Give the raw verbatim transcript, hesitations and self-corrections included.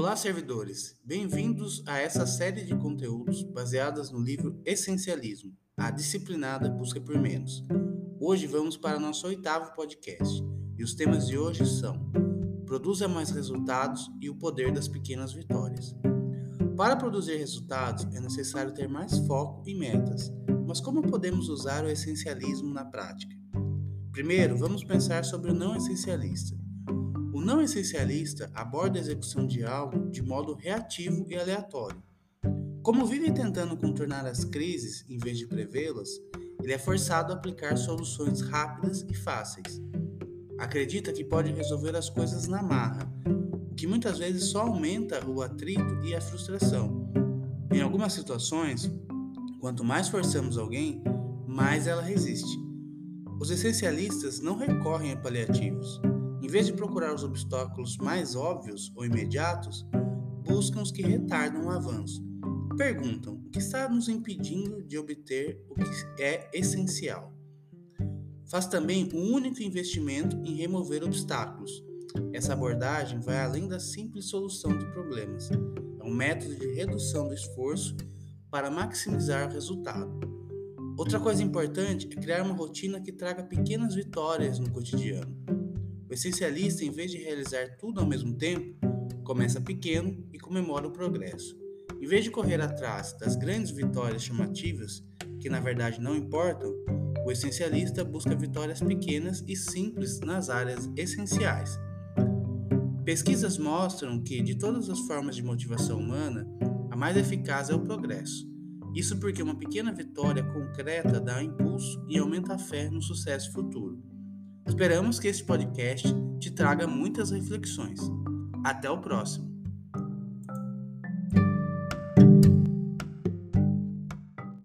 Olá, servidores! Bem-vindos a essa série de conteúdos baseadas no livro Essencialismo, a disciplinada busca por menos. Hoje vamos para nosso oitavo podcast e os temas de hoje são: produza mais resultados e o poder das pequenas vitórias. Para produzir resultados é necessário ter mais foco e metas, mas como podemos usar o essencialismo na prática? Primeiro, vamos pensar sobre o não essencialista. O não essencialista aborda a execução de algo de modo reativo e aleatório. Como vive tentando contornar as crises em vez de prevê-las, ele é forçado a aplicar soluções rápidas e fáceis. Acredita que pode resolver as coisas na marra, o que muitas vezes só aumenta o atrito e a frustração. Em algumas situações, quanto mais forçamos alguém, mais ela resiste. Os essencialistas não recorrem a paliativos. Em vez de procurar os obstáculos mais óbvios ou imediatos, buscam os que retardam o avanço. Perguntam o que está nos impedindo de obter o que é essencial. Faz também um único investimento em remover obstáculos. Essa abordagem vai além da simples solução de problemas. É um método de redução do esforço para maximizar o resultado. Outra coisa importante é criar uma rotina que traga pequenas vitórias no cotidiano. O essencialista, em vez de realizar tudo ao mesmo tempo, começa pequeno e comemora o progresso. Em vez de correr atrás das grandes vitórias chamativas, que na verdade não importam, o essencialista busca vitórias pequenas e simples nas áreas essenciais. Pesquisas mostram que, de todas as formas de motivação humana, a mais eficaz é o progresso. Isso porque uma pequena vitória concreta dá impulso e aumenta a fé no sucesso futuro. Esperamos que este podcast te traga muitas reflexões. Até o próximo!